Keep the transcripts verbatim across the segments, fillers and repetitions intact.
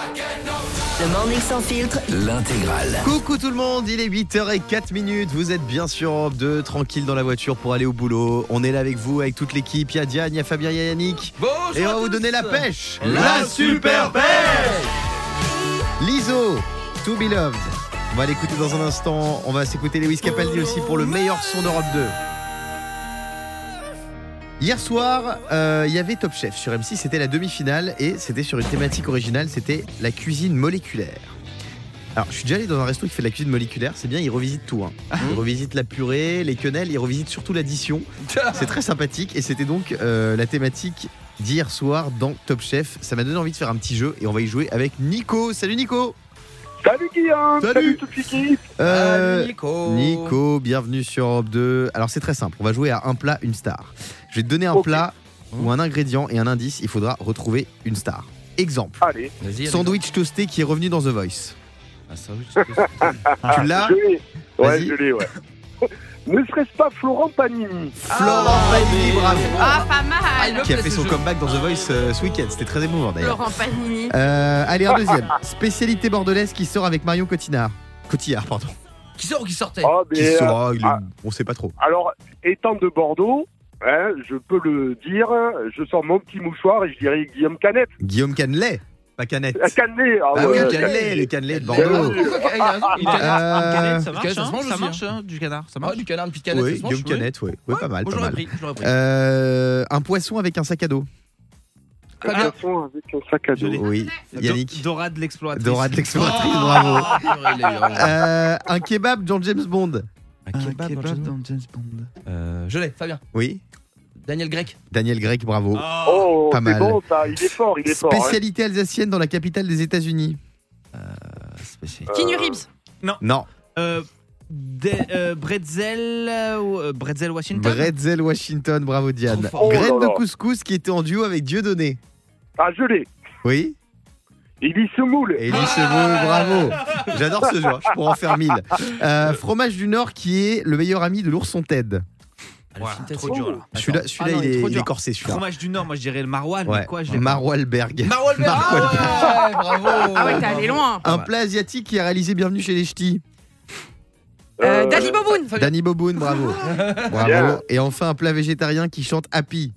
Le Morning Sans Filtre, l'intégrale. Coucou tout le monde, il est huit heures zéro quatre minutes. Vous êtes bien sur Europe deux, tranquille dans la voiture pour aller au boulot. On est là avec vous, avec toute l'équipe. Il y a Diane, il y a Fabien, il y a Yannick. Bonjour et on va à vous tous. donner la pêche. La super pêche. Lizzo, To Be Loved. On va l'écouter dans un instant. On va s'écouter Lewis Capaldi aussi pour le meilleur son d'Europe deux. Hier soir, euh, il y avait Top Chef sur M six, c'était la demi-finale et c'était sur une thématique originale, c'était la cuisine moléculaire. Alors, je suis déjà allé dans un resto qui fait de la cuisine moléculaire, c'est bien, ils revisitent tout. Hein. Ils revisitent la purée, les quenelles, ils revisitent surtout l'addition. C'est très sympathique et c'était donc euh, la thématique d'hier soir dans Top Chef. Ça m'a donné envie de faire un petit jeu et on va y jouer avec Nico. Salut Nico. Salut Guillaume. Salut. Salut toute l'équipe. Euh, Nico. Nico, bienvenue sur Europe deux. Alors c'est très simple, on va jouer à un plat, une star. Je vais te donner un Ok. plat ou un ingrédient et un indice, il faudra retrouver une star. Exemple, Allez, Vas-y, sandwich toasté qui est revenu dans The Voice. Un sandwich toasté. Tu l'as je l'ai. Ouais, Vas-y. je l'ai, ouais. Ne serait-ce pas Florent Panini? Florent Panini, bravo. Ah, pas mal. il me Qui a plaît fait ce son jeu. comeback dans The Voice euh, ce week-end. C'était très émouvant d'ailleurs. Laurent Panini. Euh, allez, un deuxième. Spécialité bordelaise qui sort avec Marion Cotillard. Cotillard, pardon. Qui sort ou qui sortait Ah, Qui mais, sort, euh, il est- ah, on sait pas trop. alors, étant de Bordeaux, hein, je peux le dire, je sors mon petit mouchoir et je dirais Guillaume Canette. Guillaume Canelet, pas Canette. Euh, Canet. Ah oui, ouais, Canelet, les Cannelets de Bordeaux. Bordeaux. Il a raison. Une canette, Euh, une canette, ça du marche, canette, ça hein, se mange ça aussi, marche, hein, du canard, ça Ah, marche. du canard, une petite canette, Oui, ça se mange, Guillaume oui. Canette, oui. Oui, pas mal, Moi, pas j'aurais mal. pris, j'aurais pris. Euh, un poisson avec un sac à dos. Très Un bien. garçon avec un sac à Je dos. l'ai. Oui, Yannick. Do- Dora de l'exploratrice. Dora de l'exploratrice, bravo. Ah, purée, il est bien. Euh, un kebab dans James Bond. Un kebab, dans James Bond. Euh, Je l'ai, Fabien. Oui, Daniel Grec. Daniel Grec, bravo. Oh, Pas c'est mal. bon ça, il est fort, il est fort. hein. Spécialité alsacienne dans la capitale des États-Unis. Spécial. Keanu Reeves. Non, Euh, de- euh, Bretzel, euh, ou, euh, Bretzel Washington. Bretzel Washington, bravo Diane. Trop fort. Graine Oh de là là. couscous qui était en duo avec Dieudonné. Ah, je l'ai. Oui, Elie Semoule. Elie Semoule, bravo. J'adore ce jeu, je pourrais en faire mille. Euh, fromage du Nord qui est le meilleur ami de l'ourson Ted. Voilà, Alphine trop Tesson. dur là. Celui-là, Attends. celui-là Ah non, il, il est est, trop il est dur. corsé celui-là. Fromage du Nord, moi je dirais le maroilles, Ouais. mais quoi, je l'ai pas. Maroilberg. Marwal Berg. Marc Ah ouais, bravo. Ah ouais, t'es allé loin. Un plat asiatique qui a réalisé Bienvenue chez les Ch'tis. Euh, Euh, Daddy Boboon. Fabien. Danny Boboun, bravo. Bravo. Bien. Et enfin un plat végétarien qui chante Happy.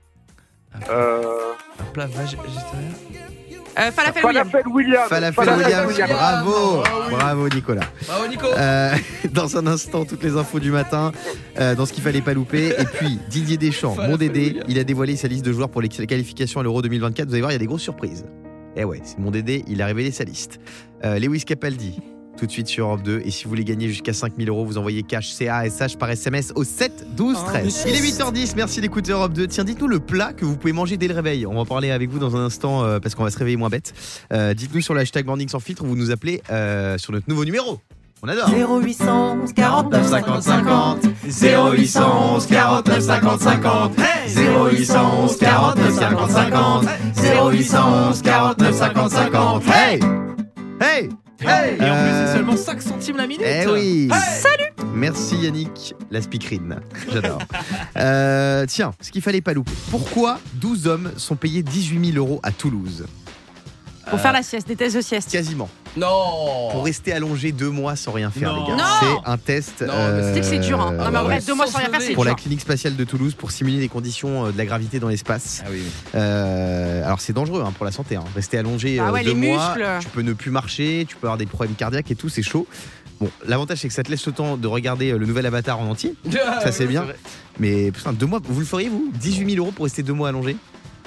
Euh, Un plat végétarien. Euh, Falafel William. Falafel William. Falafel Williams, bravo. Bravo Nicolas. Bravo, Nico. Euh, dans un instant, toutes les infos du matin, euh, dans ce qu'il fallait pas louper. Et puis, Didier Deschamps, mon Dédé, il a dévoilé sa liste de joueurs pour les qualifications à l'Euro deux mille vingt-quatre. Vous allez voir, il y a des grosses surprises. Eh ouais, c'est mon Dédé, il a révélé sa liste. Euh, Lewis Capaldi, tout de suite sur Europe deux. Et si vous voulez gagner jusqu'à cinq mille euros, vous envoyez cash C A S H par S M S au sept douze treize. Il est huit heures dix, merci d'écouter Europe deux. Tiens, dites-nous le plat que vous pouvez manger dès le réveil. On va en parler avec vous dans un instant euh, parce qu'on va se réveiller moins bête. Euh, dites-nous sur le hashtag Morning Sans Filtre, vous nous appelez euh, sur notre nouveau numéro. On adore. zéro huit cent onze quarante-neuf cinquante cinquante. zéro huit cent onze quarante-neuf cinquante cinquante. zéro huit cent onze quarante-neuf cinquante cinquante. zéro huit cent onze quarante-neuf cinquante cinquante. Hey! Hey! Hey. Et en plus, Euh, c'est seulement cinq centimes la minute. Eh oui! Salut! Merci Yannick, la speakerine. J'adore. Euh, tiens, ce qu'il fallait pas louper. Pourquoi douze hommes sont payés dix-huit mille euros à Toulouse? Pour faire la sieste, des tests de sieste. Quasiment. Non. Pour rester allongé deux mois sans rien faire, Non. les gars. Non. C'est un test. Non, mais euh, Tu sais que c'est dur, hein. Non, Ah mais bah en vrai, ouais. deux mois Sans sans rien se faire, lever. c'est pour la dur. clinique spatiale de Toulouse pour simuler les conditions euh, de la gravité dans l'espace. Ah oui. oui. Euh, alors c'est dangereux hein, pour la santé. Hein. Rester allongé Ah euh, ouais, deux les mois, muscles. tu peux ne plus marcher, tu peux avoir des problèmes cardiaques et tout, c'est chaud. Bon, l'avantage c'est que ça te laisse le temps de regarder euh, le nouvel Avatar en entier. Ça c'est bien. Mais putain, deux mois, vous le feriez vous dix-huit mille euros pour rester deux mois allongé?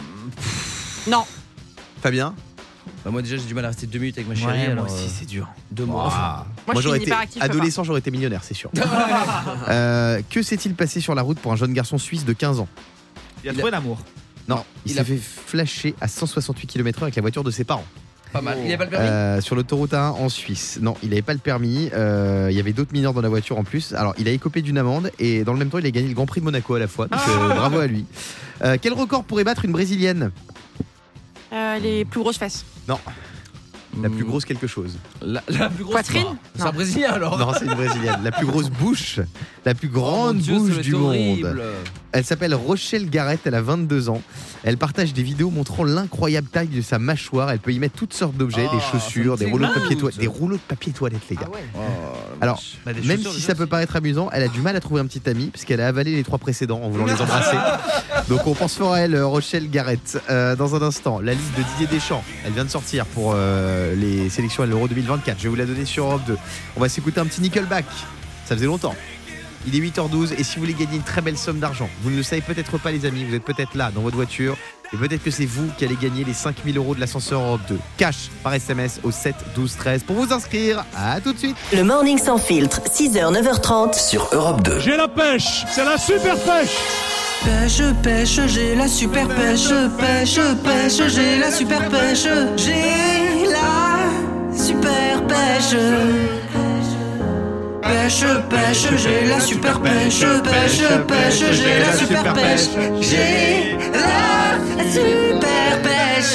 Non. Fabien? Bah moi déjà j'ai du mal à rester deux minutes avec ma chérie. Ouais, moi alors, aussi, euh, c'est dur. deux mois. Ouah. Moi, je j'aurais suis été hyperactif, je peux adolescent, j'aurais été millionnaire, c'est sûr. Euh, que s'est-il passé sur la route pour un jeune garçon suisse de quinze ans? Il a trouvé l'amour. Non, il, Il s'est a- fait flasher à cent soixante-huit kilomètres heure avec la voiture de ses parents. Pas mal. Il avait pas le permis. Euh, sur l'autoroute A un en Suisse. Non, il n'avait pas le permis. Euh, il y avait d'autres mineurs dans la voiture en plus. Alors, il a écopé d'une amende et dans le même temps, il a gagné le Grand Prix de Monaco à la fois. Donc, euh, bravo à lui. Euh, quel record pourrait battre une brésilienne? Euh, les plus grosses fesses. Non. La plus grosse quelque chose. La, la plus grosse Poitrine bah, C'est Non. un Brésilien alors. Non, c'est une brésilienne. La plus grosse bouche, la plus Oh, mon grande Dieu, ça bouche va être du monde. horrible. Elle s'appelle Rochelle Garrett, elle a vingt-deux ans. Elle partage des vidéos montrant l'incroyable taille de sa mâchoire. Elle peut y mettre toutes sortes d'objets, Oh, des chaussures, ça des me rouleaux de papier dégoûte. toilette, des rouleaux de papier toilette, les gars. Ah ouais. Oh, la Alors, vache. Bah, des Même chaussures, si déjà, ça peut aussi. paraître amusant, elle a du mal à trouver un petit ami puisqu'elle a avalé les trois précédents en voulant les embrasser. Donc on pense fort à elle, Rochelle Garrett. Euh, dans un instant, la liste de Didier Deschamps, elle vient de sortir pour euh, les sélections à l'Euro deux mille vingt-quatre. Je vais vous la donner sur Europe deux. On va s'écouter un petit Nickelback. Ça faisait longtemps. Il est huit heures douze et si vous voulez gagner une très belle somme d'argent, vous ne le savez peut-être pas les amis, vous êtes peut-être là dans votre voiture et peut-être que c'est vous qui allez gagner les cinq mille euros de l'ascenseur Europe deux. Cash par S M S au sept douze treize pour vous inscrire. À tout de suite. Le Morning Sans Filtre, six heures neuf heures trente sur Europe deux. J'ai la pêche, c'est la super pêche. Pêche, pêche, j'ai la super pêche, pêche, pêche, j'ai la super pêche, j'ai la super pêche. Pêche, pêche, j'ai la super pêche, pêche, pêche, j'ai la super pêche, j'ai la super pêche.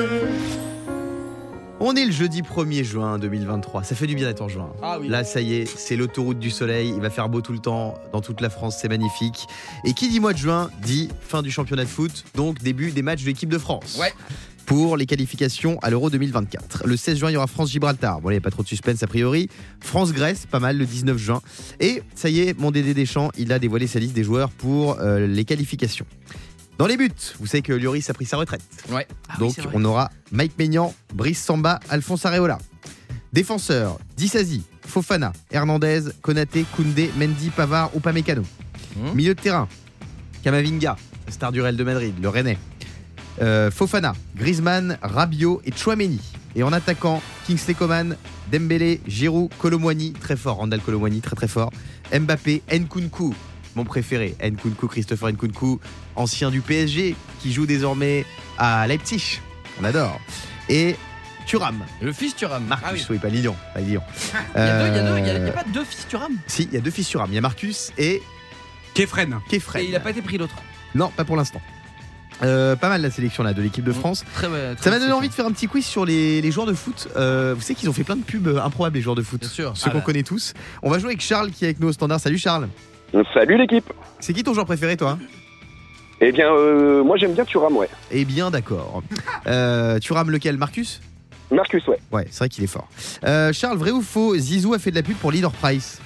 On est le jeudi premier juin deux mille vingt-trois. Ça fait du bien d'être en juin. Ah oui. Là, ça y est, c'est l'autoroute du soleil. Il va faire beau tout le temps dans toute la France. C'est magnifique. Et qui dit mois de juin dit fin du championnat de foot, donc début des matchs de l'équipe de France. Ouais. Pour les qualifications à l'Euro deux mille vingt-quatre. Le seize juin, il y aura France-Gibraltar. Bon, il n'y a pas trop de suspense a priori. France-Grèce, pas mal, le dix-neuf juin. Et ça y est, mon Dédé Deschamps, il a dévoilé sa liste des joueurs pour euh, les qualifications. Dans les buts, vous savez que Lloris a pris sa retraite. Ouais. Ah oui, Donc c'est vrai. on aura Mike Maignan, Brice Samba, Alphonse Areola. Défenseurs, Disasi, Fofana, Hernandez, Konaté, Koundé, Mendy, Pavard, Upamecano. Mmh. Milieu de terrain, Kamavinga, star du Real de Madrid, le Rennais. Euh, Fofana, Griezmann, Rabiot et Tchouaméni. Et en attaquant, Kingsley Coman, Dembélé, Giroud, Kolo-Muani, très fort, Randal Kolo-Muani, très très fort. Mbappé, Nkunku, mon préféré, Nkunku, Christopher Nkunku, ancien du P S G, qui joue désormais à Leipzig. On adore. Et Thuram, Le fils Thuram. Marcus, Ah oui. oui, pas Lilian, pas Lilian. Il y a deux, il y a deux, il y a- il y Euh, a pas deux fils Thuram. Si, il y a deux fils Thuram. Il y a Marcus et Kefren. Kefren. Et il a pas été pris l'autre. Non, pas pour l'instant. Euh, pas mal la sélection là de l'équipe de France. Très, très Ça m'a donné envie de faire un petit quiz sur les, les joueurs de foot. Euh, vous savez qu'ils ont fait plein de pubs euh, improbables, les joueurs de foot. Bien sûr. Ceux Ah qu'on là. connaît tous. On va jouer avec Charles qui est avec nous au standard. Salut Charles. Salut l'équipe. C'est qui ton joueur préféré toi? Eh bien, euh, moi j'aime bien Thuram, ouais. Eh bien d'accord. Euh, tu rames lequel? Marcus? Marcus, ouais. Ouais, c'est vrai qu'il est fort. Euh, Charles, vrai ou faux, Zizou a fait de la pub pour Leader Price?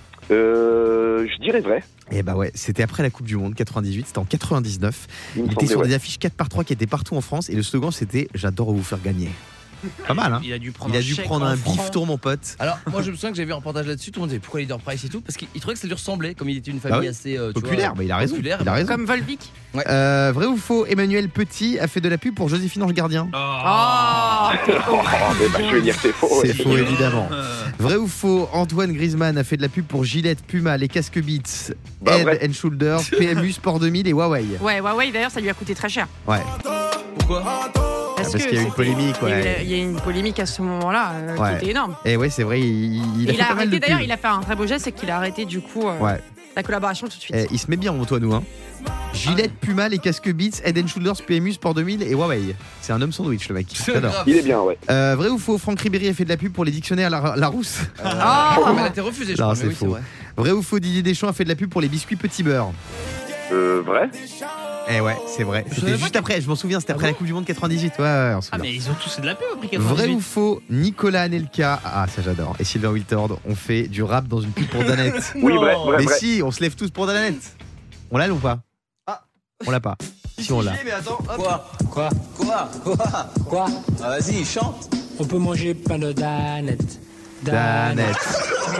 Euh, je dirais vrai. Eh bah ouais, c'était après la Coupe du Monde quatre-vingt-dix-huit, c'était en quatre-vingt-dix-neuf. Il me Il était semblait, sur ouais. des affiches quatre par trois qui étaient partout en France et le slogan c'était « J'adore vous faire gagner ». Pas mal, hein? Il a dû prendre Il a un dû chèque prendre en un francs. bifton, mon pote. Alors, moi, je me souviens que j'avais vu un reportage là-dessus. Tout le monde disait pourquoi Leader Price et tout. Parce qu'il trouvait que ça lui ressemblait, comme il était une famille Ah oui. assez. euh, tu Populaire, vois, mais il a raison. populaire, Il a raison. Comme Volvic. Euh, vrai ou faux, Emmanuel Petit a fait de la pub pour Joséphine Ange Gardien? Oh, Oh, mais bah, je vais dire que c'est faux. C'est ouais. faux, évidemment. Euh, Vrai ou faux, Antoine Griezmann a fait de la pub pour Gillette, Puma, les casques Beats, Bah, Head vrai. and Shoulders, P M U, Sport deux mille et Huawei. Ouais, Huawei d'ailleurs, ça lui a coûté très cher. Ouais, Pourquoi parce que qu'il y a eu une c'était- polémique, Il y a eu ouais. la- il y a eu une polémique à ce moment-là euh, Ouais. qui était énorme. Et ouais, c'est vrai, il, il a Et fait il a pas mal de arrêté d'ailleurs, pubs. il a fait un très beau geste, c'est qu'il a arrêté du coup euh, Ouais. la collaboration tout de suite. Eh, il se met bien Antoine, nous. Hein. Gillette, Puma, les casques Beats, Head and Shoulders, P M U, Sport deux mille et Huawei. C'est un homme sandwich, le mec. J'adore. grave. Il est bien, ouais. Euh, vrai ou faux, Franck Ribéry a fait de la pub pour les dictionnaires La- Larousse? Oh, Ah, mais elle a été refusée, je Non, crois. c'est mais oui, faux. vrai. Vrai ou faux, Didier Deschamps a fait de la pub pour les biscuits Petit Beurre? Euh, vrai. Eh ouais, c'est vrai. Je C'était savais juste pas après, je m'en souviens, c'était après Ah la bon Coupe du Monde quatre-vingt-dix-huit. Ouais, ouais, on se Ah, souvient. mais ils ont tous fait de la pub après Vrai quatre-vingt-dix-huit. ou faux, Nicolas Anelka, ah ça j'adore, et Sylvain Wiltord ont fait du rap dans une pub pour Danette. Oui, vrai, vrai, Mais vrai. si, on se lève tous pour Danette. On l'a ou pas? Ah. On l'a pas. Si on l'a. Mais attends, hop. Quoi Quoi Quoi Quoi Quoi Ah, vas-y, chante. On peut manger plein de danettes. Danette.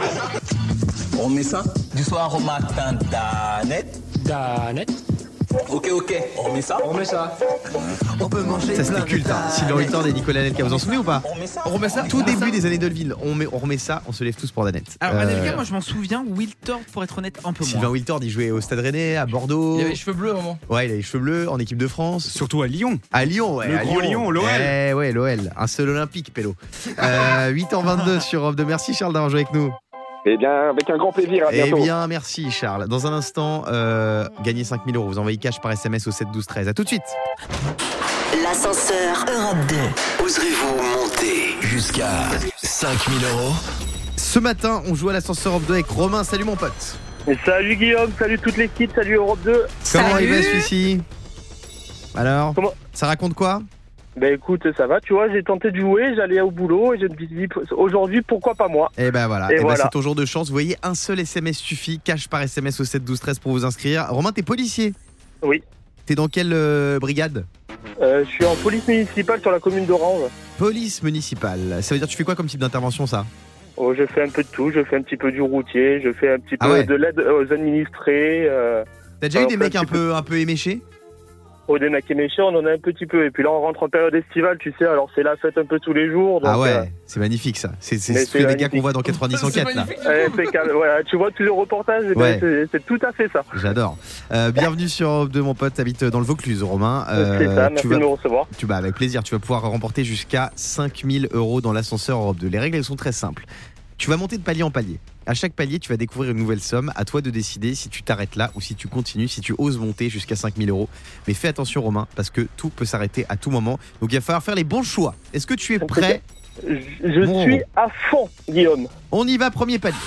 On met ça du soir au matin, Danette. Danettes. Ok, ok, on met ça On met ça. On peut manger Ça c'était plein de culte, hein. Sylvain Wiltord et Nicolas Anelka, vous en souvenez ou pas? On met ça On remet ça Tout début des années Dolville, on, met- on remet ça, on se lève tous pour Danette. Alors, Euh, Anelka, moi je m'en souviens, Wiltord, pour être honnête, un peu Sylvain moins. Wiltord, il jouait au Stade Rennais, à Bordeaux. Il avait les cheveux bleus à un moment. Ouais, il a les cheveux bleus en équipe de France. Surtout à Lyon. À Lyon, ouais. Le à grand Lyon, l'O L. Eh ouais, l'O L. Un seul olympique, Pélo. Euh, huit heures vingt-deux sur Europe deux. Merci Charles d'avoir joué avec nous. Eh bien, avec un grand plaisir. À Eh bientôt. bien, merci Charles. Dans un instant, euh, gagnez cinq mille euros. Vous envoyez cash par S M S au sept douze treize. À tout de suite. L'ascenseur Europe deux. Oserez-vous monter jusqu'à cinq mille euros. Ce matin, on joue à l'ascenseur Europe deux avec Romain. Salut mon pote. Et salut Guillaume, salut toute l'équipe, salut Europe deux. Comment Salut. il va celui-ci? Alors, Comment ça raconte quoi? Ben écoute, ça va, tu vois, j'ai tenté de jouer, j'allais au boulot et je me dis aujourd'hui pourquoi pas moi. Et ben voilà, Et Eh ben, voilà. c'est ton jour de chance. Vous voyez, un seul S M S suffit, cash par S M S au sept douze treize pour vous inscrire. Romain, t'es policier? Oui. T'es dans quelle euh, brigade? Euh, je suis en police municipale sur la commune d'Orange. Police municipale. Ça veut dire tu fais quoi comme type d'intervention ça? Oh, je fais un peu de tout, je fais un petit peu du routier, je fais un petit Ah peu ouais. de l'aide aux administrés. Euh, T'as déjà eu alors, des c'est un mecs un petit peu, un peu éméchés? oh, des mecs éméchés, on en a un petit peu. Et puis là, on rentre en période estivale, tu sais, alors c'est la fête un peu tous les jours. Donc, Ah ouais, euh, c'est magnifique ça. C'est c'est mais ce que c'est les gars magnifique. qu'on voit dans quatre-vingt-dix enquêtes là. euh, impeccable. Voilà, tu vois tous les reportages, eh ben, Ouais. c'est, c'est tout à fait ça. J'adore. Euh, bienvenue sur Europe deux, mon pote. T'habites dans le Vaucluse, Romain. c'est ça, merci tu vas, de me recevoir. tu vas avec plaisir. Tu vas pouvoir remporter jusqu'à cinq mille euros dans l'ascenseur Europe deux. Les règles, elles sont très simples. Tu vas monter de palier en palier. À chaque palier, tu vas découvrir une nouvelle somme. À toi de décider si tu t'arrêtes là ou si tu continues, si tu oses monter jusqu'à cinq mille euros. Mais fais attention, Romain, parce que tout peut s'arrêter à tout moment. Donc il va falloir faire les bons choix. Est-ce que tu es prêt? Je, je Bon. suis à fond, Guillaume. On y va, premier palier.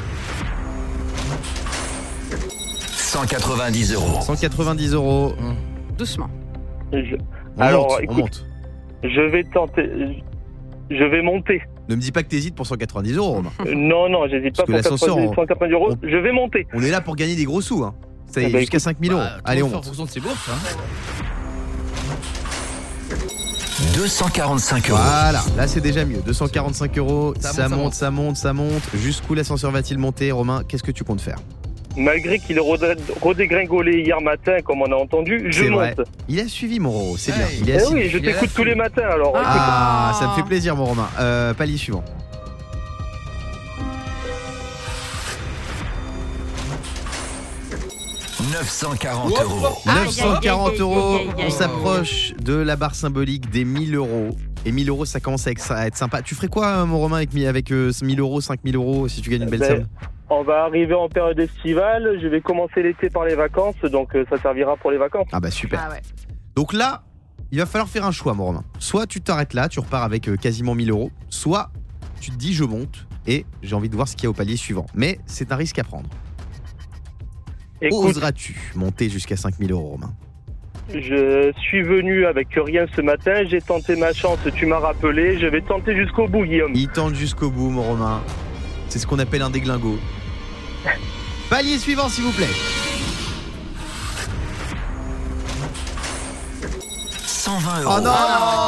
cent quatre-vingt-dix euros. cent quatre-vingt-dix euros. Doucement. Je, On Alors, monte, écoute, on monte. je vais tenter. Je vais monter. Ne me dis pas que t'hésites pour cent quatre-vingt-dix euros, Romain. Euh, Non, non, j'hésite pas Parce que pour l'ascenseur, on- cent quatre-vingt-dix euros. on- Je vais monter. On est là pour gagner des gros sous, hein. Ça y est, Ah bah, jusqu'à écoute, cinq mille euros. Bah, Allez, on en monte. fonction de ses bourses. Hein. deux cent quarante-cinq euros. Voilà, là c'est déjà mieux. deux cent quarante-cinq euros, Ça ça, monte, ça monte, monte. ça monte, ça monte. Jusqu'où l'ascenseur va-t-il monter, Romain? Qu'est-ce que tu comptes faire? Malgré qu'il ait redé- redégringolé hier matin, comme on a entendu, je C'est vrai. monte. Il a suivi, mon Roro, c'est Ouais, bien. Il est Eh assis. oui, je Il est t'écoute là-dessus. tous les matins alors. Ah, ça me fait plaisir, mon Romain. Euh, palier suivant. neuf cent quarante euros. neuf cent quarante aïe, euros. aïe, aïe, aïe, On aïe. s'approche de la barre symbolique des mille euros. Et mille euros, ça commence à être, à être sympa. Tu ferais quoi, euh, mon Romain, avec, mi- avec euh, mille euros, cinq mille euros, si tu gagnes une belle Ben, somme? On va arriver en période estivale. Je vais commencer l'été par les vacances, donc euh, ça servira pour les vacances. Ah bah super. Ah ouais. Donc là, il va falloir faire un choix, mon Romain. Soit tu t'arrêtes là, tu repars avec euh, quasiment mille euros. Soit tu te dis je monte et j'ai envie de voir ce qu'il y a au palier suivant. Mais c'est un risque à prendre. Écoute, Oseras-tu monter jusqu'à cinq mille euros, Romain? je suis venu avec rien ce matin. J'ai tenté ma chance. Tu m'as rappelé. Je vais tenter jusqu'au bout, Guillaume. Il tente jusqu'au bout, mon Romain. C'est ce qu'on appelle un déglingo. Palier suivant, s'il vous plaît. cent vingt euros. Oh non!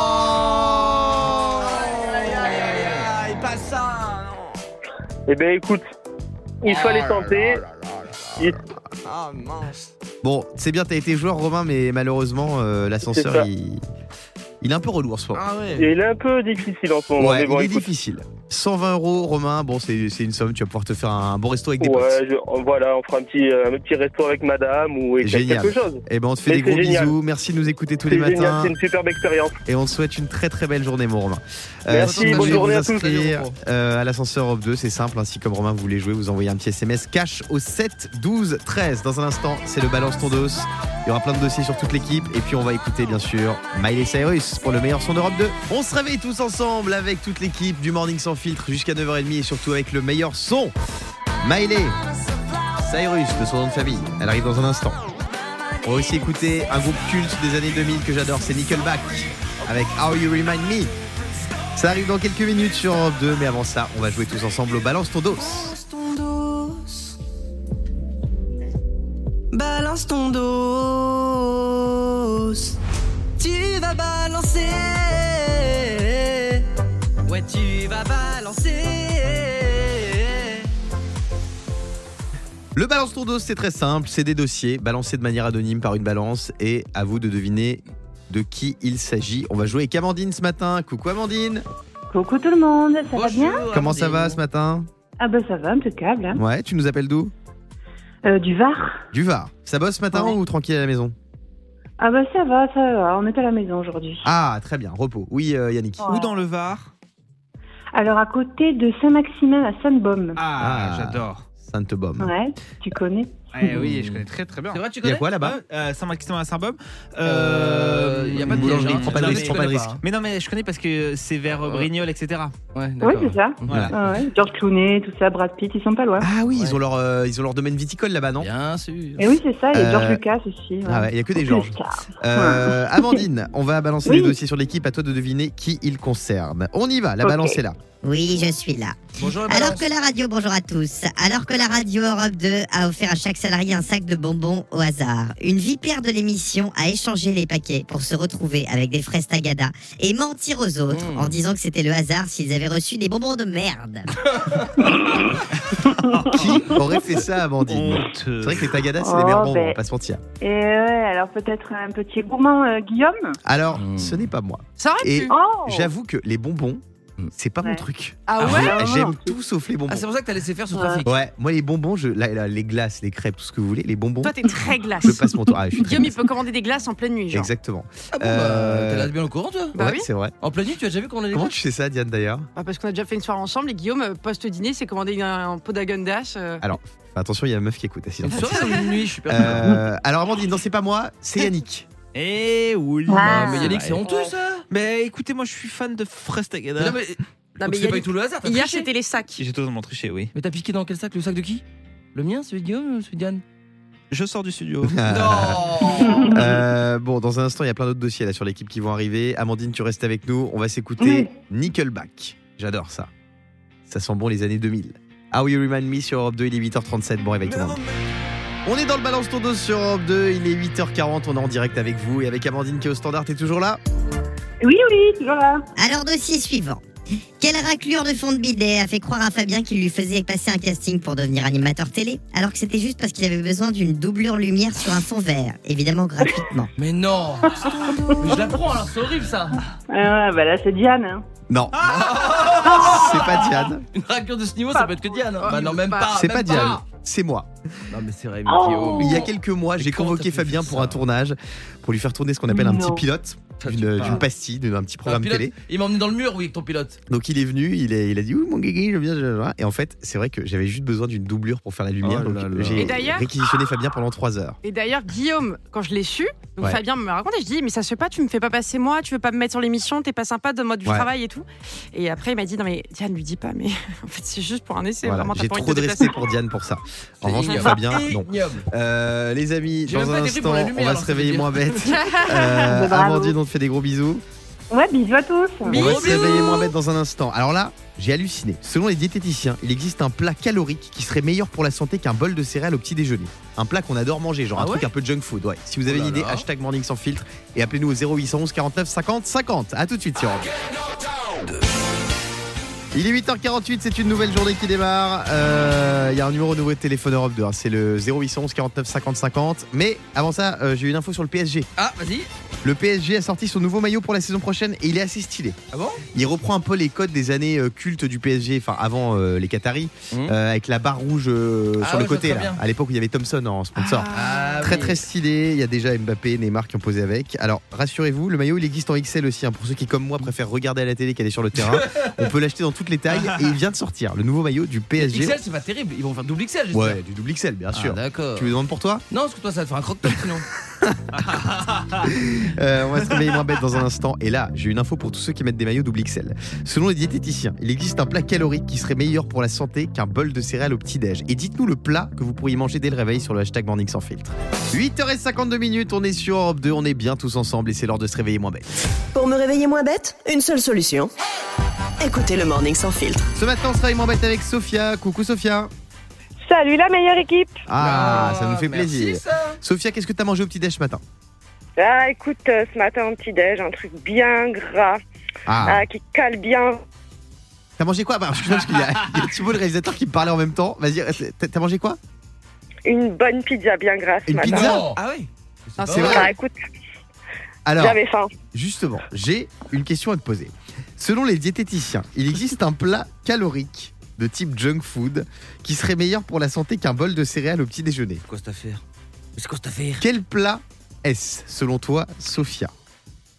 Il passe ça. Eh ben écoute, il fallait tenter. Il- Ah mince. Bon, c'est bien, t'as été joueur, Romain, mais malheureusement, euh, C'est l'ascenseur, ça. il... il est un peu relou en ce moment. Ah ouais. Il est un peu difficile en ce moment. Ouais, mais bon, il est écoute. difficile. cent vingt euros, Romain, bon, c'est c'est une somme, tu vas pouvoir te faire un bon resto avec des potes. Ouais, je- voilà, on fera un petit, euh, un petit resto avec madame ou et Génial. quelque chose. Eh ben, on te fait Mais des gros c'est génial. bisous. Merci de nous écouter tous C'est les génial, matins. c'est une superbe expérience. Et on te souhaite une très très belle journée, mon Romain. Merci, si vous bonne voulez journée vous à tous. inscrire euh, à l'ascenseur Europe deux, c'est simple. Ainsi comme Romain, vous voulez jouer, vous envoyez un petit S M S cash au sept douze treize. Dans un instant, c'est le balance ton dos. Il y aura plein de dossiers sur toute l'équipe. Et puis on va écouter bien sûr Miley Cyrus pour le meilleur son d'Europe deux. On se réveille tous ensemble avec toute l'équipe du Morning Sans Filtre jusqu'à neuf heures trente et surtout avec le meilleur son. Miley Cyrus, de son nom de famille. Elle arrive dans un instant. On va aussi écouter un groupe culte des années deux mille que j'adore, c'est Nickelback avec How You Remind Me. Ça arrive dans quelques minutes sur Europe deux, mais avant ça, on va jouer tous ensemble au Balance ton dos. Balance ton dos. Balance ton dos. Tu vas balancer. Ouais, tu vas balancer. Le Balance ton dos, c'est très simple, c'est des dossiers balancés de manière anonyme par une balance et à vous de deviner de qui il s'agit. On va jouer avec Amandine ce matin. Coucou Amandine. Coucou tout le monde, ça va bien? Comment ça va ce matin? Ah bah ça va, impeccable. Hein. Ouais, tu nous appelles d'où? Euh, du Var. Du Var. Ça bosse ce matin Ouais. ou tranquille à la maison? Ah bah ça va, ça va, on est à la maison aujourd'hui. Ah, très bien, repos. Oui, euh, Yannick. Ouais. Où dans le Var? Alors à côté de Saint-Maximin à Sainte-Baume. Ah, Ah. j'adore. Sainte-Baume. Ouais, tu connais. Eh oui, je connais très très bien. C'est vrai, tu Il y a connais quoi là-bas? euh, Saint-Maximin à Saint-Bob. Euh, il y a pas de boulangerie, piège, hein. prends pas de Non, mais risque, je prends pas de connais risque. Mais non, mais je connais parce que c'est vers euh, Brignoles, et cetera. Ouais, Oui, d'accord. c'est ça. Voilà. Ah ouais, George Clooney, tout ça, Brad Pitt, ils sont pas loin. Ah oui, ils Ouais. ont leur euh, ils ont leur domaine viticole là-bas, non? Bien sûr. Et oui, c'est ça, il y a Euh, George Lucas aussi. Ouais. Ah ouais, il y a que des Beaucoup Georges. de stars. Euh, Amandine, on va balancer Oui. les dossiers sur l'équipe. À toi de deviner qui il concerne. On y va, la Ok. balance est là. Oui, je suis là. Bonjour, la Alors balance. que la radio, bonjour à tous. Alors que la radio Europe deux a offert à chaque salarié un sac de bonbons au hasard, une vipère de l'émission a échangé les paquets pour se retrouver avec des fraises tagada et mentir aux autres Mmh. en disant que c'était le hasard s'ils avaient reçu des bonbons de merde. Qui aurait fait ça, Amandine? C'est vrai que les tagadas, c'est des Oh, meilleurs bonbons, ben. on va pas se mentir. Et ouais, alors peut-être un petit gourmand, euh, Guillaume. Alors, Hmm. ce n'est pas moi. Ça aurait Et pu. Oh j'avoue que les bonbons, Hmm. c'est pas mon Ouais. truc. Ah Je- ouais Ah, J'aime non, tout sauf les bonbons. Ah, c'est pour ça que t'as laissé faire ce Ouais. trafic. Ouais, moi les bonbons, je, là, là, les glaces, les crêpes, tout ce que vous voulez, les bonbons, Toi, t'es très glace. je passe mon tour. Ah, je suis très Guillaume, il glace. peut commander des glaces en pleine nuit, genre. Exactement. Ah bon, Euh, bah, t'es là bien au courant, toi Bah Ouais, oui. c'est vrai. En pleine nuit, tu as déjà vu qu'on a les Comment glaces tu sais ça, Diane, d'ailleurs? Bah, parce qu'on a déjà fait une soirée ensemble et Guillaume, euh, post-dîner, s'est commandé un, un pot d'Agendash. euh. Alors, fais attention, il y a une meuf qui écoute. Assise en Une face. soirée ou une nuit, je suis perdu. Euh, alors, Amandine, non, c'est pas moi, c'est Yannick. Eh oui. Ah. Mais Yannick, c'est honteux, ça. Mais écoutez, moi je suis fan de fraises tagada. Mais non, mais. Non, Donc mais c'est pas Yannick, du tout le hasard. t'as hier, triché. c'était les sacs. J'ai totalement triché, oui. Mais t'as piqué dans quel sac? Le sac de qui? Le mien, celui de Guillaume ou celui de Diane? Je sors du studio. Non. Euh, bon, dans un instant, il y a plein d'autres dossiers là sur l'équipe qui vont arriver. Amandine, tu restes avec nous. On va s'écouter Nickelback. J'adore ça. Ça sent bon les années deux mille. How You Remind Me sur Europe deux, il est huit heures trente-sept. Bon réveil tout le monde. On est dans le Balance Tour deux sur Europe deux, il est huit heures quarante. On est en direct avec vous et avec Amandine qui est au standard. T'es toujours là? Oui, oui, toujours là. Alors, dossier suivant. Quelle raclure de fond de bidet a fait croire à Fabien qu'il lui faisait passer un casting pour devenir animateur télé, alors que c'était juste parce qu'il avait besoin d'une doublure lumière sur un fond vert, évidemment gratuitement. Mais non. Mais je l'apprends alors, c'est horrible ça. Ah, bah là, c'est Diane. Hein. Non. C'est pas Diane. Une raclure de ce niveau, ça peut être que Diane. hein. Bah non, même pas. C'est même pas Diane. C'est moi. Non, mais c'est vrai, mais Oh. Guillaume. Il y a quelques mois, j'ai comment convoqué t'as pu Fabien faire pour ça un tournage pour lui faire tourner ce qu'on appelle un Non. petit pilote Ça, tu d'une parles. d'une pastille, d'un petit Un programme pilote, télé. il m'a emmené dans le mur, oui, avec ton pilote. Donc il est venu, il a, il a dit oui mon guigui, je viens, je viens. Et en fait, c'est vrai que j'avais juste besoin d'une doublure pour faire la lumière. Oh donc là là. j'ai Et d'ailleurs- réquisitionné Fabien pendant trois heures. Et d'ailleurs, Guillaume, quand je l'ai su, donc Ouais. Fabien me racontait, je dis, mais ça se fait pas, tu me fais pas passer moi, tu veux pas me mettre sur l'émission, t'es pas sympa, donne-moi du Ouais. travail et tout. Et après, il m'a dit, non mais Diane, lui dis pas, mais en fait, c'est juste pour un essai, Voilà, vraiment, t'as j'ai pas envie de trop te de déplacer. respect pour Diane pour ça. En C'est revanche, pour ignoble. Fabien, non. Ignoble. Euh, les amis, J'ai dans même un pas été pris pour instant, la lumière, on va alors se ça veut réveiller dire. moins bête. Euh, Bravo. Amandine, on te fait des gros bisous. Ouais, bisous à tous. On va se réveiller moins bête dans un instant. Alors là, j'ai halluciné. Selon les diététiciens, il existe un plat calorique qui serait meilleur pour la santé qu'un bol de céréales au petit déjeuner. Un plat qu'on adore manger, genre Ah un truc ouais un peu junk food. Ouais. Si vous avez Oh là une idée, là. hashtag morning sans filtre et appelez-nous au zéro huit cent onze quarante-neuf cinquante cinquante. A tout de suite sur Europe. Il est huit heures quarante-huit, c'est une nouvelle journée qui démarre. Euh, Il y a un numéro nouveau de téléphone Europe deux, hein. C'est le zéro huit cent onze quarante-neuf cinquante cinquante. Mais avant ça, euh, j'ai eu une info sur le P S G. Ah, vas-y. Le P S G a sorti son nouveau maillot pour la saison prochaine et il est assez stylé. Ah bon? Il reprend un peu les codes des années euh, cultes du P S G, enfin avant euh, les Qataris, Mmh. euh, avec la barre rouge euh, Ah sur ouais, le je vois côté, très là, bien. à l'époque où il y avait Thompson en sponsor. Ah, Très oui. très stylé, il y a déjà Mbappé, Neymar qui ont posé avec. Alors rassurez-vous, le maillot il existe en X L aussi, hein, pour ceux qui comme moi préfèrent regarder à la télé qu'aller sur le terrain. On peut l'acheter dans toutes les tailles et il vient de sortir, le nouveau maillot du P S G. X L, c'est pas terrible. Ils vont faire double X L, j'espère. Ouais, du double X L bien Ah, sûr. d'accord. Tu me demandes pour toi? Non, parce que toi, ça va te faire un croque-top sinon. Euh, on va se réveiller moins bête dans un instant. Et là, j'ai une info pour tous ceux qui mettent des maillots double X L. Selon les diététiciens, il existe un plat calorique qui serait meilleur pour la santé qu'un bol de céréales au petit-déj. Et dites-nous le plat que vous pourriez manger dès le réveil sur le hashtag Morning Sans Filtre. huit heures cinquante-deux minutes, on est sur Europe deux, on est bien tous ensemble et c'est l'heure de se réveiller moins bête. Pour me réveiller moins bête, une seule solution. Écoutez le Morning Sans Filtre. Ce matin, on se réveille moins bête avec Sophia. Coucou Sophia. Salut la meilleure équipe. Ah, ça nous fait merci, plaisir. ça. Sophia, qu'est-ce que t'as mangé au petit-déj ce matin? Ah, écoute, euh, ce matin, un petit déj, un truc bien gras, Ah, ah, qui cale bien. t'as mangé quoi? Bah, excuse-moi parce qu'il y a, il y a Thibaut le réalisateur qui me parlait en même temps. Vas-y, t'as t'as mangé quoi? Une bonne pizza bien grasse ce Une matin. pizza Non. Ah oui. Ah, C'est pas vrai. Ah, écoute, Alors, j'avais faim. justement, j'ai une question à te poser. Selon les diététiciens, il existe un plat calorique de type junk food qui serait meilleur pour la santé qu'un bol de céréales au petit déjeuner. C'est quoi cette affaire? Mais c'est quoi cette affaire? Quel plat est-ce, selon toi, Sophia?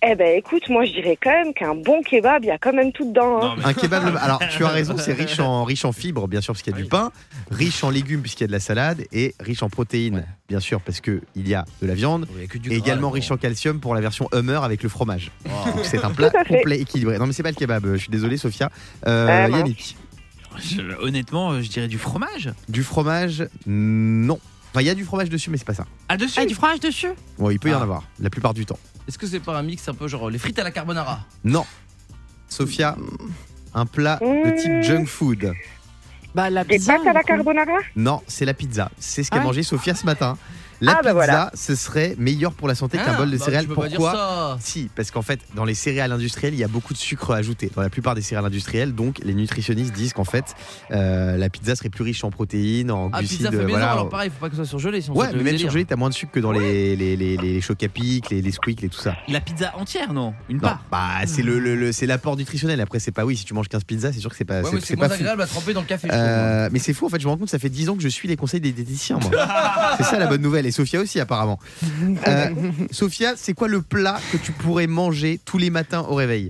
Eh ben écoute, moi je dirais quand même qu'un bon kebab, il y a quand même tout dedans. Hein. Un kebab, le- alors tu as raison, c'est riche en, riche en fibres, bien sûr, parce qu'il y a du pain, riche en légumes, puisqu'il y a de la salade, et riche en protéines, bien sûr, parce qu'il y a de la viande, Il y a que du et gras, également là. riche en calcium pour la version Hummer avec le fromage. Oh. Donc c'est un plat Tout à fait. complet, équilibré. Non, mais c'est pas le kebab, je suis désolé, Sophia. Euh, Ah, mince. Yannick, Je- honnêtement, euh, je dirais du fromage. du fromage, non. Enfin, il y a du fromage dessus, mais c'est pas ça. Ah, dessus Ah, du fromage dessus. Bon, il peut y en Ah. avoir, la plupart du temps. Est-ce que c'est pas un mix un peu genre les frites à la carbonara? Non. Sophia, un plat de type junk food. Bah, la Des pizza. pâtes à la du coup. carbonara? Non, c'est la pizza. C'est ce qu'a Ah ouais mangé Sophia ce matin. La Ah, pizza, bah voilà. ce serait meilleur pour la santé qu'un Ah, bol de bah, céréales. tu peux pas dire Pourquoi ça. Si, parce qu'en fait, dans les céréales industrielles, il y a beaucoup de sucre ajouté. Dans la plupart des céréales industrielles, donc les nutritionnistes disent qu'en fait, euh, la pizza serait plus riche en protéines, en Ah, glucides. pizza fait maison, voilà. alors pareil, faut pas que ce soit surgelé. Sinon Ouais, ça te mais le même délire. surgelé, t'as moins de sucre que dans les, les, les, les chocs à pic, les, les squeaks et tout ça. La pizza entière, non Une Non, part. bah, c'est le, le, le- c'est l'apport nutritionnel. Après, c'est pas oui, si tu manges quinze pizzas, c'est sûr que c'est pas, Ouais, c'est, mais c'est c'est pas moins fou. agréable à tremper dans le café. je trouve, moi. Euh, mais c'est fou en fait, je me rends compte, ça fait dix ans que je suis les conseils des diététiciens moi. C'est ça la bonne nouvelle, et Sophia aussi apparemment. Euh, Sophia, c'est quoi le plat que tu pourrais manger tous les matins au réveil?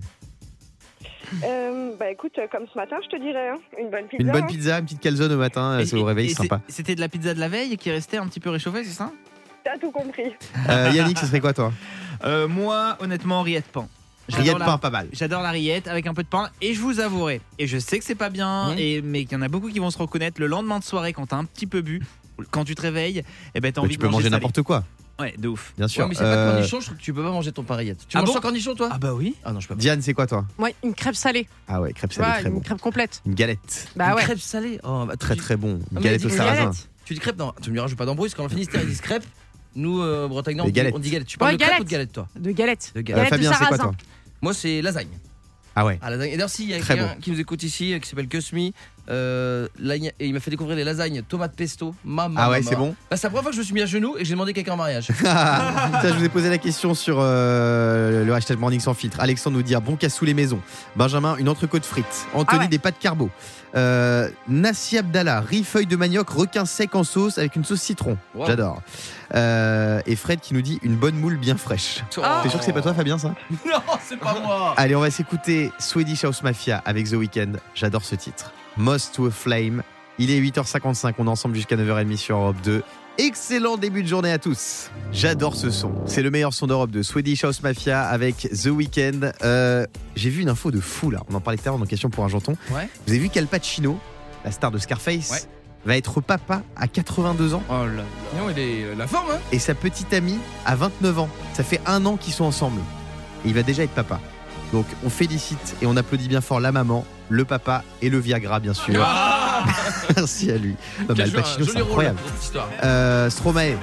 Euh, bah écoute, euh, comme ce matin, je te dirais, hein, une bonne pizza. Une bonne hein. pizza, une petite calzone au matin, Et- c'est au réveil, et c'est sympa. c'est- C'était de la pizza de la veille qui restait un petit peu réchauffée, c'est ça T'as tout compris. Euh, Yannick, ce serait quoi toi? Euh, Moi, honnêtement, rillette pain. J'adore Rillette la- pain, pas mal. J'adore la rillette avec un peu de pain et je vous avouerai, et je sais que c'est pas bien, Mmh. et, mais qu'il y en a beaucoup qui vont se reconnaître, le lendemain de soirée quand t'as un petit peu bu, quand tu te réveilles, eh ben t'as Bah, envie tu de peux manger salé. n'importe quoi, Ouais, de ouf. bien sûr. Ouais, mais c'est pas de Euh, cornichon, je trouve que tu peux pas manger ton pain rillette. Tu Ah manges bon sans cornichon, toi? Ah bah oui. Ah non, je peux pas. Diane, c'est quoi toi? Ouais, une crêpe salée. Ah ouais, crêpe Tu salée, vois, très une bon. crêpe complète. Une galette, Bah Une ouais. crêpe salée. Oh, bah, très tu- très bon. Une mais galette dis- au une sarrasin. galette. Tu dis crêpe? Non, tu me diras, je veux pas d'embrouille, parce qu'en Finistère, ils disent crêpe. Nous, euh, Bretagne, Des on dit, galettes. on dit galette. Tu parles Ouais, de crêpe galette. ou de galette, toi? De galette. De Euh, galette. Galette de Fabien, c'est quoi sarrasin. toi? Moi, c'est lasagne. Ah ouais. Ah, lasagne. Et d'ailleurs, s'il y a Très quelqu'un qui nous écoute ici, euh, qui s'appelle Kusmi, euh, lagne- et il m'a fait découvrir les lasagnes tomate pesto. Maman. Ah ouais, c'est bon. Bah, c'est la première fois que je me suis mis à genoux et que j'ai demandé quelqu'un en mariage. Ça, je vous ai posé la question sur euh, le hashtag Morning Sans Filtre. Alexandre nous dit un bon cassou les maisons. Benjamin, une entrecôte frites. Anthony, Ah ouais. des pâtes carbo. Euh, Nassi Abdallah, riz feuille de manioc, requin sec en sauce avec une sauce citron. Wow. J'adore. Euh, et Fred qui nous dit une bonne moule bien fraîche. Ah. T'es sûr que c'est pas toi, Fabien, ça? Non, c'est pas moi. Allez, on va s'écouter Swedish House Mafia avec The Weeknd. J'adore ce titre. Moss to a Flame. Il est huit heures cinquante-cinq, on est ensemble jusqu'à neuf heures trente sur Europe deux. Excellent début de journée à tous. J'adore ce son. C'est le meilleur son d'Europe de Swedish House Mafia avec The Weeknd. Euh, J'ai vu une info de fou là. On en parlait tout à l'heure dans Question pour un janton. Ouais. Vous avez vu qu'Al Pacino, la star de Scarface, Ouais. va être papa à quatre-vingt-deux ans Oh là. Non, il est euh, la forme, hein. et sa petite amie à vingt-neuf ans. Ça fait un an qu'ils sont ensemble. Et il va déjà être papa. Donc on félicite et on applaudit bien fort la maman, le papa et le Viagra bien sûr. Ah. Merci à lui. Non, mais Qui a Al joué un Pacino, joli c'est rôle incroyable. dans cette histoire. Euh, Stromae,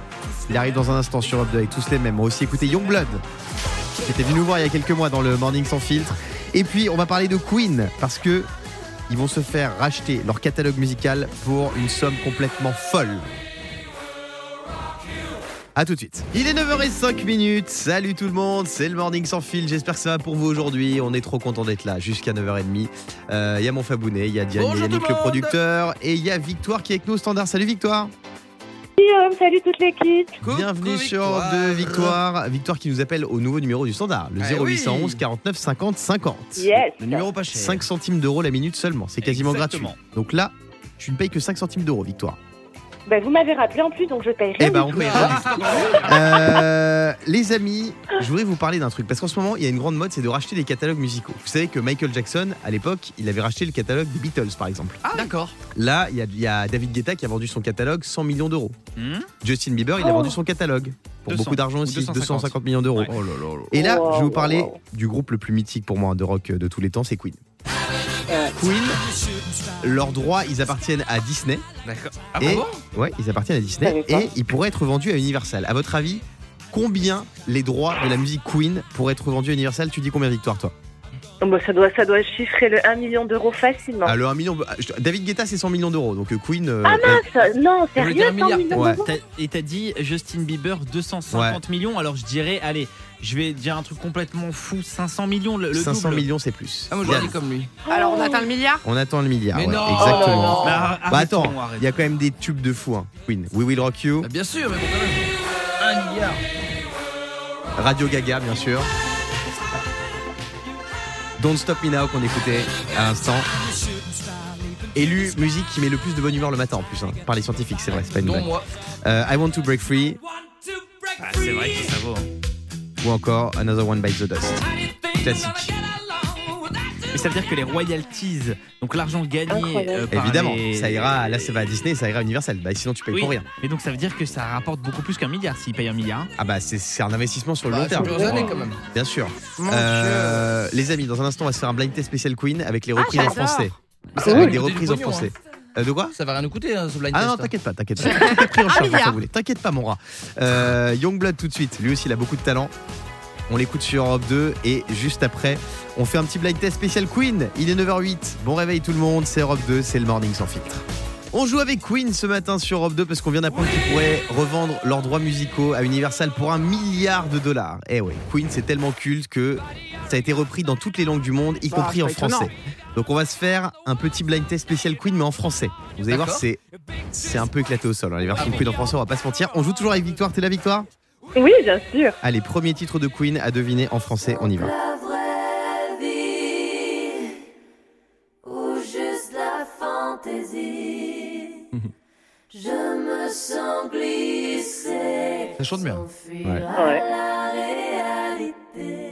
il arrive dans un instant sur Europe deux avec tous les mêmes. On va aussi écouter Youngblood, qui était venu nous voir il y a quelques mois dans le Morning Sans Filtre. Et puis on va parler de Queen parce que ils vont se faire racheter leur catalogue musical pour une somme complètement folle. A tout de suite. Il est neuf heures cinq minutes. Salut tout le monde, c'est le Morning Sans Fil. J'espère que ça va pour vous aujourd'hui. On est trop content d'être là jusqu'à neuf heures trente. Il euh, y a mon Fabounet, il y a Diane, il y a Bonjour Yannick tout le le monde. producteur et il y a Victoire qui est avec nous au standard. Salut Victoire. Guillaume, salut toute l'équipe. Coucou, Bienvenue sur Europe Victoire. deux, Victoire. Victoire qui nous appelle au nouveau numéro du standard, le Ah zéro huit un un oui. quarante-neuf cinquante cinquante. Yes. Le numéro pas cher. cinq centimes d'euros la minute seulement, c'est quasiment Exactement. gratuit. Donc là, tu ne payes que cinq centimes d'euros, Victoire. Bah, vous m'avez rappelé en plus, donc je paye rien. Eh ben, du on tout. paye rien. Euh, les amis, je voudrais vous parler d'un truc parce qu'en ce moment, il y a une grande mode, c'est de racheter des catalogues musicaux. Vous savez que Michael Jackson, à l'époque, il avait racheté le catalogue des Beatles, par exemple. Ah, d'accord. Là, il y a, il y a David Guetta qui a vendu son catalogue cent millions d'euros. Hmm Justin Bieber, il a Oh. vendu son catalogue pour deux cents beaucoup d'argent ou aussi, deux cent deux cent cinquante cinquante millions d'euros. Ouais. Oh là là là. Et là, Wow, je vais vous parler wow. du groupe le plus mythique pour moi de rock de tous les temps, c'est Queen. Queen, leurs droits, ils appartiennent à Disney. D'accord. Ah, Et- bon Ouais, ils appartiennent à Je Disney savais pas. et ils pourraient être vendus à Universal. À votre avis, combien les droits de la musique Queen pourraient être vendus à Universal? Tu dis combien, Victoire, toi? Oh, bah, ça, doit, ça doit chiffrer le un million d'euros facilement. Ah, le un million. ah, je- David Guetta, c'est cent millions d'euros. Donc euh, Queen. euh, Ah elle- mince, non, On voulait dire sérieux, un cent milliard. millions Ouais. d'euros. T'as- Et t'as dit Justin Bieber deux cent cinquante millions, alors je dirais, allez, je vais dire un truc complètement fou, cinq cents millions, le, le cinq cents double. millions, c'est plus. Ah, moi Diane, j'aurais dit comme lui. Alors, on atteint le milliard. on attend le milliard. Mais ouais, non. exactement. Oh là là. Bah, Bah arrêtons, attends, arrêtons. il y a quand même des tubes de fou. Hein. Queen, We Will Rock You, Bah, bien sûr, mais bon, quand même. Un milliard. Radio Gaga, bien sûr. Don't Stop Me Now qu'on écoutait à l'instant. Élu musique qui met le plus de bonne humeur le matin en plus, hein, par les scientifiques, c'est vrai, c'est pas une blague. moi. Euh, I Want to Break Free. Ah, c'est vrai que ça vaut. Hein. Ou encore Another One Bites the Dust. Classique. Mais ça veut dire que les royalties, donc l'argent gagné euh, par évidemment, les... ça ira, là ça va à Disney, ça ira à Universal. Bah, sinon tu payes oui. pour rien. Mais donc ça veut dire que ça rapporte beaucoup plus qu'un milliard s'ils payent un milliard. Ah bah c'est, c'est un investissement sur le Bah, long terme. sur plusieurs années, quand même. Bien sûr. Mon Euh, les amis, dans un instant on va se faire un blind test spécial Queen avec les Ah, reprises en j'adore. français. Ça Avec va des nous coûter reprises du en pognon, français. hein. Euh, de quoi? Ça va rien nous coûter, hein, ce blind Ah test. non, t'inquiète pas, t'inquiète pas. Tout est pris en charge, milliard. ça voulait. T'inquiète pas, mon rat. Euh, Youngblood tout de suite. Lui aussi, il a beaucoup de talent. On l'écoute sur Europe deux et juste après, on fait un petit blind test spécial Queen. Il est neuf heures huit. Bon réveil tout le monde. C'est Europe deux, c'est le Morning sans filtre. On joue avec Queen ce matin sur Europe deux parce qu'on vient d'apprendre qu'ils pourraient revendre leurs droits musicaux à Universal pour un milliard de dollars. Eh ouais, Queen c'est tellement culte que ça a été repris dans toutes les langues du monde, y Bah, compris c'est en pas étonnant. français. Donc on va se faire un petit blind test spécial Queen mais en français. Vous allez voir, D'accord. c'est, c'est un peu éclaté au sol, hein, les versions Ah bon. Queen en français, on va pas se mentir. On joue toujours avec Victoire, t'es là Victoire? Oui, bien sûr. Allez, premier titre de Queen à deviner en français, on y va. La vraie vie ou juste la fantaisie. Je me sens glisser. Ça chante bien. Ouais. Ouais. La réalité.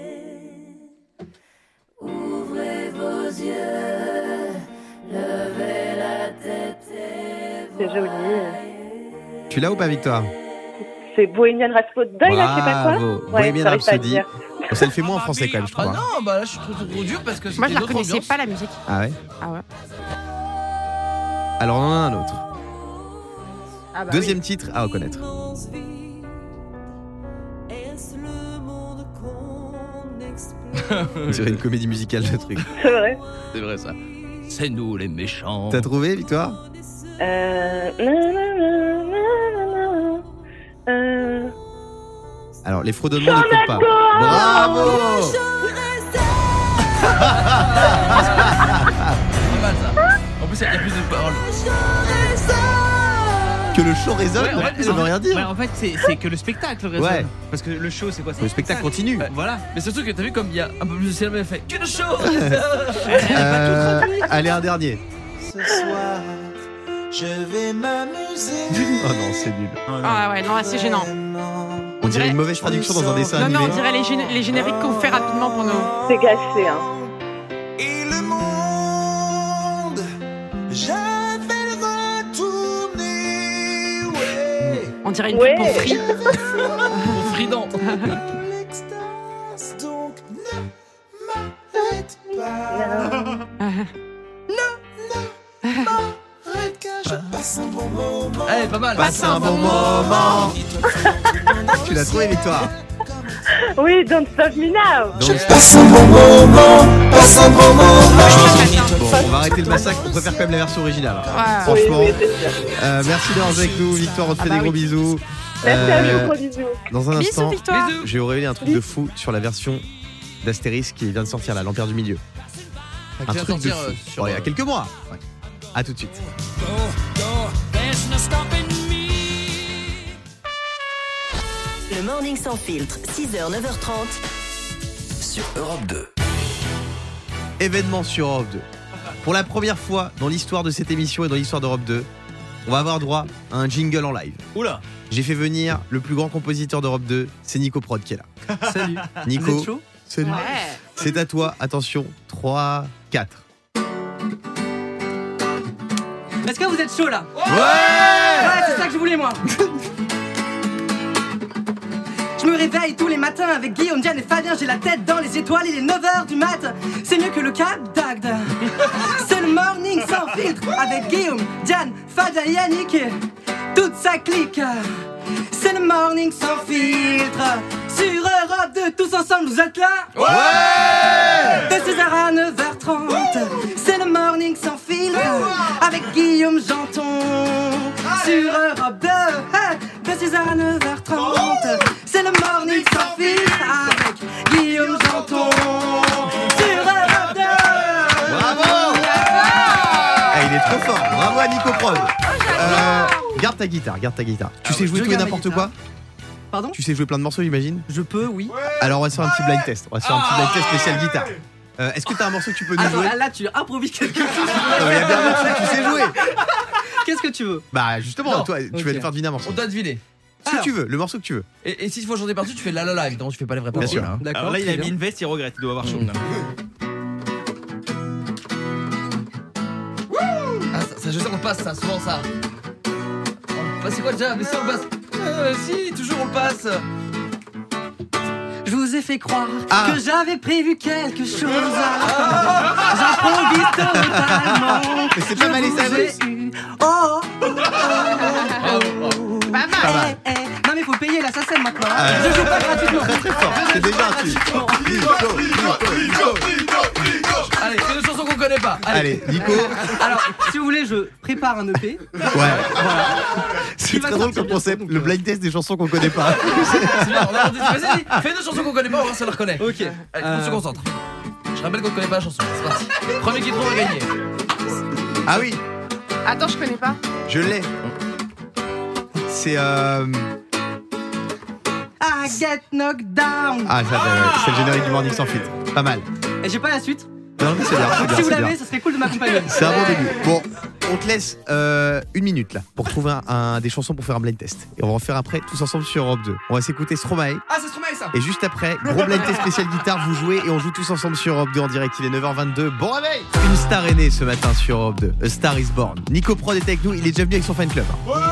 Ouvrez vos yeux, levez la tête et C'est joli. Tu l'as ou pas Victoire? C'est Bohemian Rhapsody, là, je sais pas quoi. Bravo, Ouais, Bohemian j'arrive pas à Rhapsody. dire. Bon, ça le fait moins en français quand même, je trouve. Ah hein. non, bah là je suis trop, trop, trop dur parce que c'était Moi, je la d'autres reconnaissais ambiances. pas, la musique. Ah ouais? Ah ouais. Alors on en a un autre. Ah bah Deuxième titre à reconnaître. On dirait une comédie musicale le truc. C'est vrai. C'est vrai ça. C'est nous les méchants. T'as trouvé Victoire? Euh... nanana, nanana, euh... Alors les fredonnements ne comptent pas. Bravo! Pas mal ça. En plus, il y a plus de paroles. Que le show résonne, Ouais, en fait, ça veut rien dire. Ouais, en fait, c'est, c'est que le spectacle résonne. Ouais. Parce que le show, c'est quoi? C'est Le spectacle continue. Voilà. Mais surtout que t'as vu comme il y a un peu plus de cinéma, il fait que de show. Euh, allez, un dernier. Ce soir, je vais m'amuser. Oh non, c'est nul. Ah ouais, non, là, c'est gênant. On dirait une mauvaise traduction dans un dessin Non, animé. non, on dirait les, gén- les génériques qu'on fait rapidement pour nous. C'est gâché, hein. Et le monde, je vais le retourner. Ouais. On dirait une Ouais. pub pour Free. Pour Frident. L'extase, donc ne m'arrête pas. Arrête car je passe un bon moment. Allez, pas mal. Passe un bon moment. Tu l'as trouvé Victoire? Oui, Don't Stop Me Now. Donc, Passe un bon moment, passe un bon moment. bon, on va arrêter le massacre, on préfère quand même la version originale. Ouais. Franchement, Oui, oui, c'est sûr. euh, merci d'avoir joué avec nous, Victoire, on te Ah fait bah des gros oui. bisous. Merci à Euh, vous, gros bisous. Dans un Bisous, instant, Victoire. Bisous. je vais vous révéler un truc de fou sur la version d'Astérix qui vient de sortir là, l'Empire du Milieu. Un Qui vient truc de sortir, fou. euh, sur, Bon, il y a euh, quelques mois. Ouais. À tout de suite. Le Morning sans filtre, six heures, neuf heures trente. Sur Europe deux. Événement sur Europe deux. Pour la première fois dans l'histoire de cette émission et dans l'histoire d'Europe deux, on va avoir droit à un jingle en live. Oula. J'ai fait venir le plus grand compositeur d'Europe deux, c'est Nico Prod qui est là. Salut. Nico, Vous êtes chaud? salut. Ouais. C'est à toi, attention, trois, quatre. Est-ce que vous êtes chaud là? Ouais, Ouais, c'est ça que je voulais moi. Je me réveille tous les matins avec Guillaume, Diane et Fabien. J'ai la tête dans les étoiles, il est neuf heures du mat. C'est mieux que le Cap d'Agde. C'est le morning sans filtre avec Guillaume, Diane, Fabien et Yannick et toute sa clique. C'est le morning sans filtre sur Europe deux, tous ensemble, vous êtes là? Ouais. De six heures à neuf heures trente, c'est le morning sans filtre avec Guillaume Janton sur Europe deux. Hey, de six heures à neuf heures trente, c'est le morning sans filtre avec Guillaume Janton sur Europe deux. Bravo. Ah, il est trop fort. Bravo à Nico Prod. Euh, garde ta guitare, garde ta guitare. Tu sais jouer je tout et garde ma n'importe guitare. quoi? Pardon? Tu sais jouer plein de morceaux, j'imagine? Je peux, oui. Alors on va se faire un petit blind test. On va se faire un petit blind test spécial guitare. Euh, Est-ce que t'as un morceau que tu peux nous Attends, jouer? là, là, tu improvises quelque chose. Non, mais il y a bien un morceau que tu sais jouer. Qu'est-ce que tu veux? Bah justement, Non. toi, tu Ok. vas nous faire deviner un morceau. On doit deviner. Ce que tu veux, le morceau que tu veux. Et, et si il faut chanter partout, tu fais la la la, évidemment, tu fais pas les vraies paroles. sûr. hein. D'accord. Alors là, il a très mis bien. une veste, il regrette, il doit avoir chaud. Mmh. Ah, ça, ça, je sais qu'on le passe, ça, souvent ça. Bah, c'est quoi déjà? Mais si on le passe. Euh, si, toujours on le passe. Je vous ai fait croire Ah. que j'avais prévu quelque chose. J'improvise totalement. Mais c'est pas Je mal, vous Elisabeth. ai eu. Oh, oh, oh, oh. Pas mal. Pas mal. Eh, eh. Non mais faut payer la S A C E M maintenant. Ah, Je joue pas gratuitement. Très très fort. C'est déjà un truc. Nico, Nico, Nico. Allez, fais une chanson qu'on connaît pas. Allez. Allez, Nico. Alors, si vous voulez, je prépare un E P. Ouais. C'est très drôle comme concept. Le blind test des chansons qu'on connaît pas. C'est bien, on a- Vas-y, fais deux chansons qu'on connaît pas, on va voir si on la reconnaît. Ok. Allez, Euh. on se concentre. Je rappelle qu'on ne connaît pas la chanson. C'est parti. Premier qui trouve va gagner. Ah oui, Attends, je connais pas. je l'ai. C'est euh... I get knocked down. Ah, ça, euh, c'est le générique du Morning sans filtre. Pas mal. Et j'ai pas la suite. Non, mais c'est bien, c'est Donc bien, si vous c'est bien. l'avez, ça serait cool de m'accompagner. C'est un bon début. Bon, on te laisse euh, une minute là pour trouver un, un- des chansons pour faire un blind test. Et on va en faire après tous ensemble sur Europe deux. On va s'écouter Stromae. Ah, c'est Stromae ça. Et juste après, gros blind test spécial guitare, vous jouez et on joue tous ensemble sur Europe deux en direct. Il est neuf heures vingt-deux. Bon réveil. Une star est née ce matin sur Europe deux. A Star is Born. Nico Prod est avec nous. Il est déjà venu avec son fan club.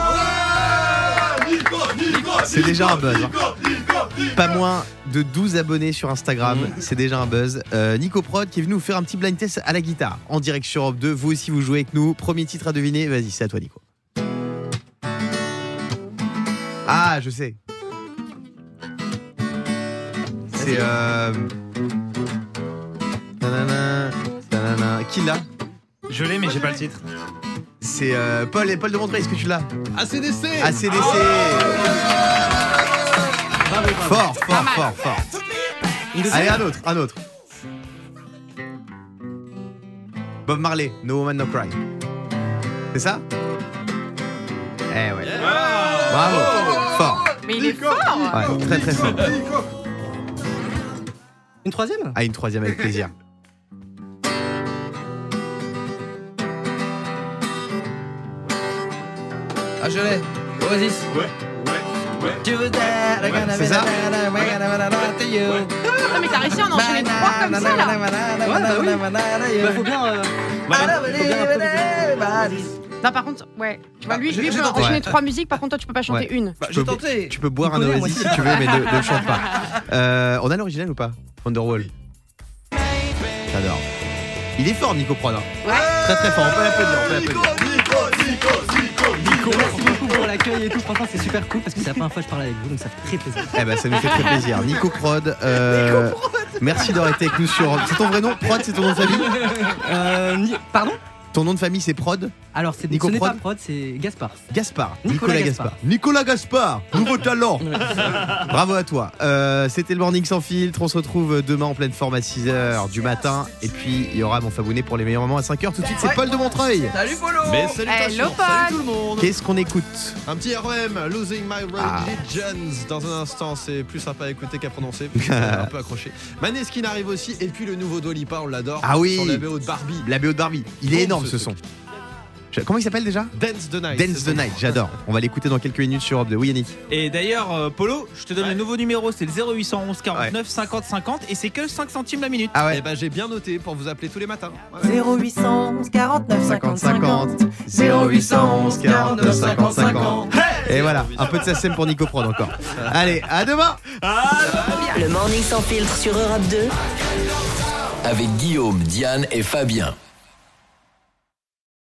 C'est déjà un buzz. hein. Pas moins de douze abonnés sur Instagram, c'est déjà un buzz. Euh, Nico Prod qui est venu nous faire un petit blind test à la guitare en direct sur Europe deux. Vous aussi vous jouez avec nous. Premier titre à deviner, vas-y, c'est à toi Nico. Ah, je sais. C'est euh... Tanana, tanana. Qui l'a? Je l'ai, mais j'ai pas le titre. C'est euh, Paul et Paul de Montreuil, est-ce que tu l'as? A C D C. A C D C. Fort, fort, fort, fort. Allez, un autre, un autre. Bob Marley, No Woman No Cry. C'est ça? Eh ouais. Bravo. Fort. Mais il est fort. Ouais, très très fort. Une troisième? Ah, une troisième avec plaisir. Ah, je l'ai. Oasis. Ouais, ouais, ouais. C'est ça? Non, mais t'as réussi à en enchaîner trois comme ça là. Ouais, bah oui. Bah faut bien. euh, faut bien improviser. Non, par contre, ouais. Tu vois, lui, Je- lui j'ai peut tenté. enchaîner Ouais. trois musiques, par contre, toi, tu peux pas chanter Ouais. une. Bah, Tu j'ai peux- tenté. Tu peux boire un Il connaît, Oasis moi si tu veux, mais ne, ne le chante pas. Euh, on a l'original ou pas? Wonderwall. J'adore. Il est fort, Nico Prod. hein. Très très fort, on peut l'applaudir, on peut l'applaudir. Merci beaucoup pour l'accueil et tout. Franchement, c'est super cool parce que c'est la première fois que je parle avec vous, donc ça fait très plaisir. Eh ben ça nous fait très plaisir. Nico Prod, euh, merci d'avoir été avec nous sur. C'est ton vrai nom? Prod, c'est ton nom de famille? Euh, ni- Pardon? Ton nom de famille c'est Prod? Alors, c'est Nico ce n'est Prod pas Prod, c'est Gaspard. Gaspard. Nicolas Nicolas Gaspard. Gaspard. Nicolas Gaspard, nouveau talent. Bravo à toi. Euh, C'était le Morning sans filtre. On se retrouve demain en pleine forme à six heures du matin. Et puis il y aura mon Fabounet pour les meilleurs moments à cinq heures. Tout de suite, c'est Paul de Montreuil. Salut Polo. Mais salutations, Hello, Paul. salut tout le monde. Qu'est-ce qu'on écoute? Un petit R E M, Losing My Ah. Religions. Dans un instant, c'est plus sympa à écouter qu'à prononcer. Parce qu'on est un peu accroché. Maneskin arrive aussi. Et puis le nouveau Dua Lipa, on l'adore. Ah oui. Sur la B O de Barbie. La B O de Barbie. Il est Bon, énorme ce ce son. truc. Je- Comment il s'appelle déjà? Dance the Night. Dance c'est the son Night, nom. j'adore. On va l'écouter dans quelques minutes sur Europe deux. Oui Yannick. Et d'ailleurs, euh, Polo, je te donne Ouais. le nouveau numéro, c'est le zéro huit cent onze quarante-neuf cinquante cinquante et c'est que cinq centimes la minute. Ah ouais. Eh ben j'ai bien noté pour vous appeler tous les matins. Ouais. zéro huit cent onze quarante-neuf cinquante cinquante. zéro huit cent onze quarante-neuf cinquante cinquante. Et voilà, un peu de S A C E M pour Nico Prod encore. Allez, à demain. Le Morning sans filtre sur Europe deux. Avec Guillaume, Diane et Fabien.